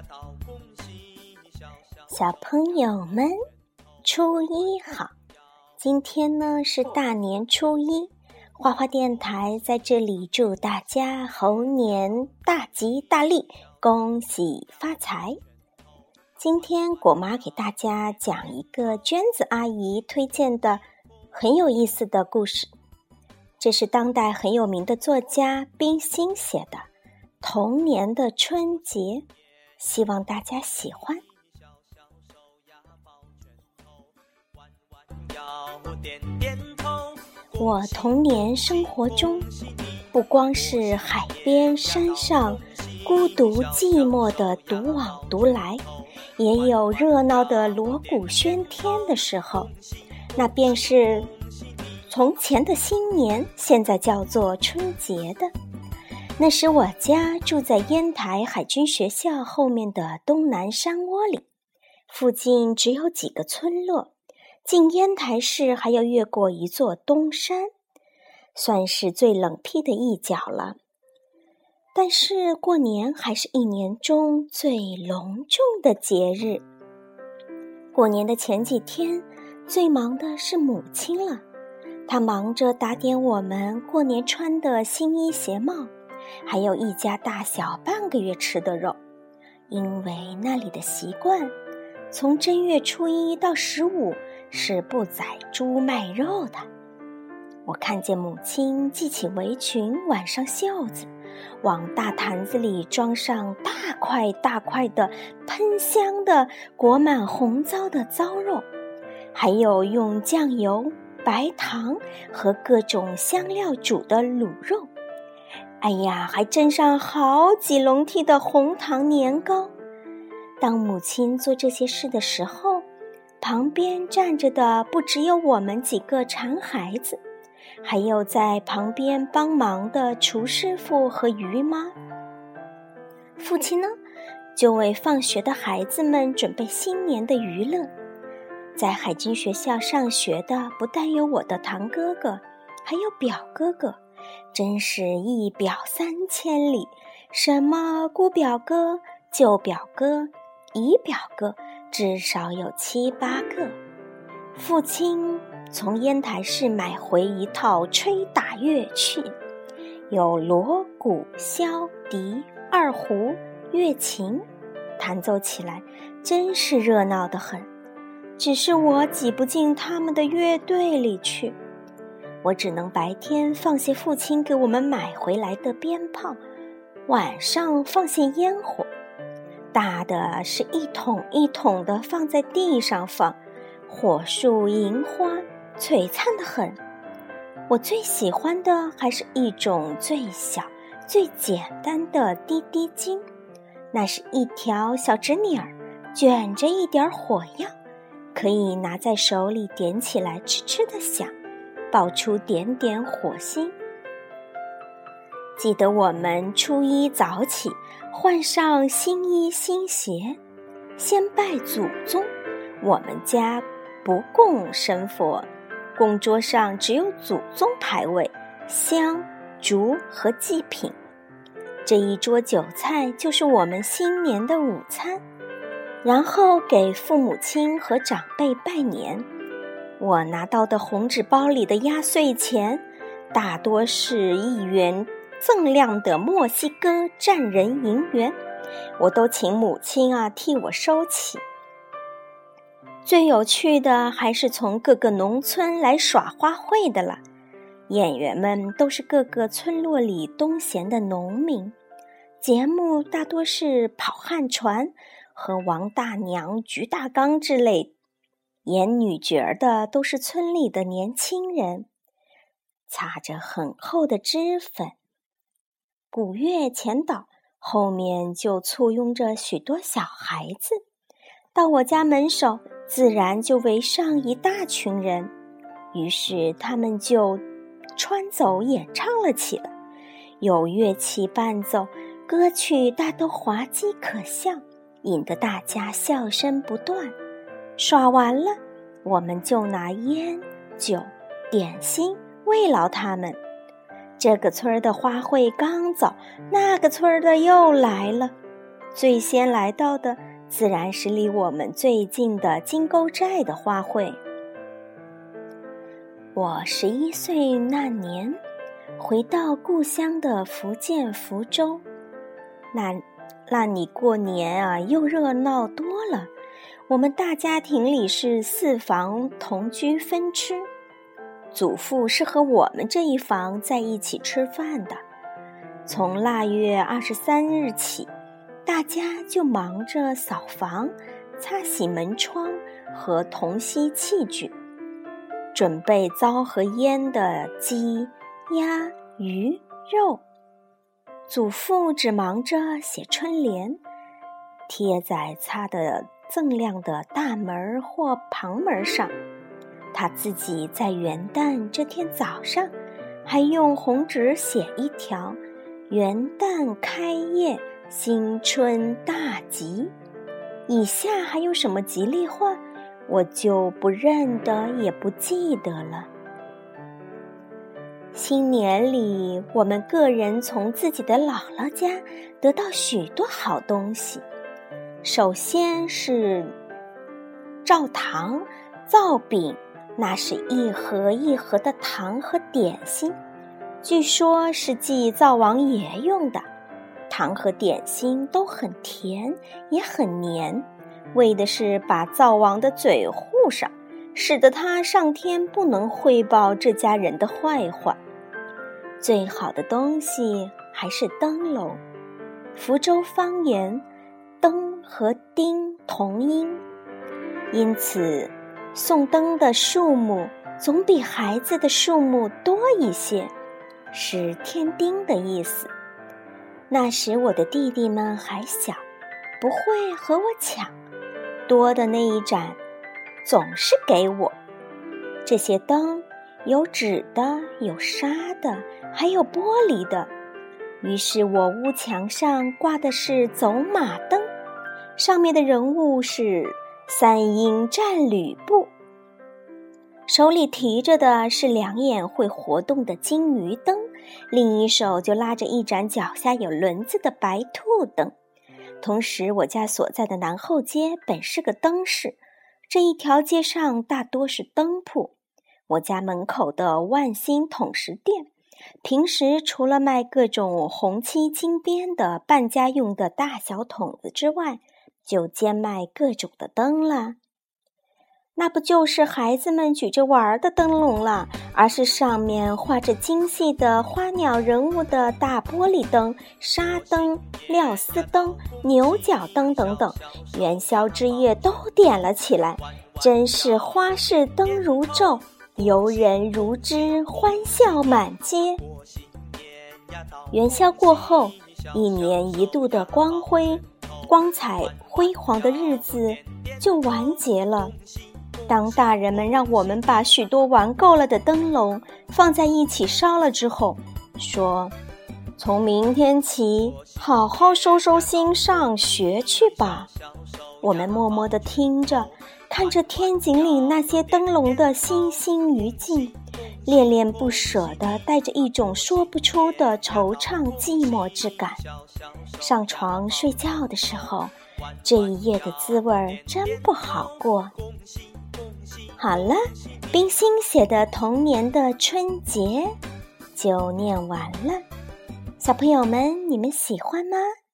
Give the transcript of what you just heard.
小朋友们，初一好！今天呢是大年初一，花花电台在这里祝大家猴年大吉大利，恭喜发财。今天果妈给大家讲一个娟子阿姨推荐的很有意思的故事，这是当代很有名的作家冰心写的《童年的春节》，希望大家喜欢。我童年生活中，不光是海边山上孤独寂寞的独往独来，也有热闹的锣鼓喧天的时候，那便是从前的新年，现在叫做春节的。那时我家住在烟台海军学校后面的东南山窝里，附近只有几个村落，进烟台市还要越过一座东山，算是最冷僻的一角了。但是过年还是一年中最隆重的节日。过年的前几天，最忙的是母亲了，她忙着打点我们过年穿的新衣鞋帽，还有一家大小半个月吃的肉。因为那里的习惯，从正月初一到15是不宰猪卖肉的。我看见母亲系起围裙，挽上袖子，往大坛子里装上大块大块的喷香的裹满红糟的糟肉，还有用酱油、白糖和各种香料煮的卤肉。哎呀，还蒸上好几笼屉的红糖年糕。当母亲做这些事的时候，旁边站着的不只有我们几个馋孩子，还有在旁边帮忙的厨师傅和姨妈。父亲呢，就为放学的孩子们准备新年的娱乐。在海军学校上学的不但有我的堂哥哥，还有表哥哥，真是一表3000里，什么姑表哥、舅表哥、姨表哥，至少有7、8个。父亲从烟台市买回一套吹打乐器，有锣鼓箫笛二胡乐琴，弹奏起来真是热闹得很。只是我挤不进他们的乐队里去，我只能白天放些父亲给我们买回来的鞭炮，晚上放些烟火，大的是一桶一桶的放在地上放，火树银花璀璨得很。我最喜欢的还是一种最小最简单的滴滴金，那是一条小纸捻儿，卷着一点火药，可以拿在手里点起来吱吱地响，爆出点点火星。记得我们初一早起，换上新衣新鞋，先拜祖宗。我们家不供神佛，供桌上只有祖宗牌位、香、烛和祭品。这一桌酒菜就是我们新年的午餐，然后给父母亲和长辈拜年。我拿到的红纸包里的压岁钱，大多是1元锃亮的墨西哥战人银元，我都请母亲替我收起。最有趣的还是从各个农村来耍花卉的了，演员们都是各个村落里东闲的农民，节目大多是跑旱船和王大娘、菊大刚之类，演女角的都是村里的年轻人，擦着很厚的脂粉，鼓乐前导，后面就簇拥着许多小孩子。到我家门首，自然就围上一大群人，于是他们就穿走演唱了起来，有乐器伴奏，歌曲大都滑稽可笑，引得大家笑声不断。耍完了，我们就拿烟、酒、点心慰劳他们。这个村的花卉刚走，那个村的又来了。 最先来到的自然是离我们最近的金钩寨的花卉。我11岁那年回到故乡的福建福州，那里过年啊又热闹多了。我们大家庭里是4房同居分吃，祖父是和我们这一房在一起吃饭的。从腊月23日起，大家就忙着扫房、擦洗门窗和同吸器具，准备糟和腌的鸡、鸭、鱼、肉。祖父只忙着写春联，贴在擦得锃亮的大门或旁门上。他自己在元旦这天早上还用红纸写一条元旦开业，新春大吉。以下还有什么吉利话，我就不认得也不记得了。新年里，我们个人从自己的姥姥家得到许多好东西。首先是灶糖、灶饼，那是一盒一盒的糖和点心，据说是祭灶王爷用的。糖和点心都很甜，也很黏，为的是把灶王的嘴护上，使得他上天不能汇报这家人的坏话。最好的东西还是灯笼。福州方言灯和丁同音，因此送灯的数目总比孩子的数目多一些，是添丁的意思。那时我的弟弟们还小，不会和我抢，多的那一盏总是给我。这些灯有纸的，有纱的，还有玻璃的。于是我屋墙上挂的是走马灯，上面的人物是3英战吕布，手里提着的是2眼会活动的金鱼灯，另一手就拉着一盏脚下有轮子的白兔灯。同时我家所在的南后街本是个灯市，这一条街上大多是灯铺。我家门口的万兴桶食店，平时除了卖各种红漆金边的半家用的大小桶子之外，就兼卖各种的灯了。那不就是孩子们举着玩的灯笼了，而是上面画着精细的花鸟人物的大玻璃灯、纱灯、料丝灯、牛角灯等等，元宵之夜都点了起来，真是花市灯如昼，游人如织，欢笑满街。元宵过后，1年1度的光彩辉煌的日子就完结了。当大人们让我们把许多玩够了的灯笼放在一起烧了之后，说从明天起好好收收心上学去吧。我们默默地听着，看着天井里那些灯笼的星星余烬，恋恋不舍地带着一种说不出的惆怅寂寞之感。上床睡觉的时候，这一夜的滋味真不好过。好了，冰心写的童年的春节就念完了。小朋友们，你们喜欢吗？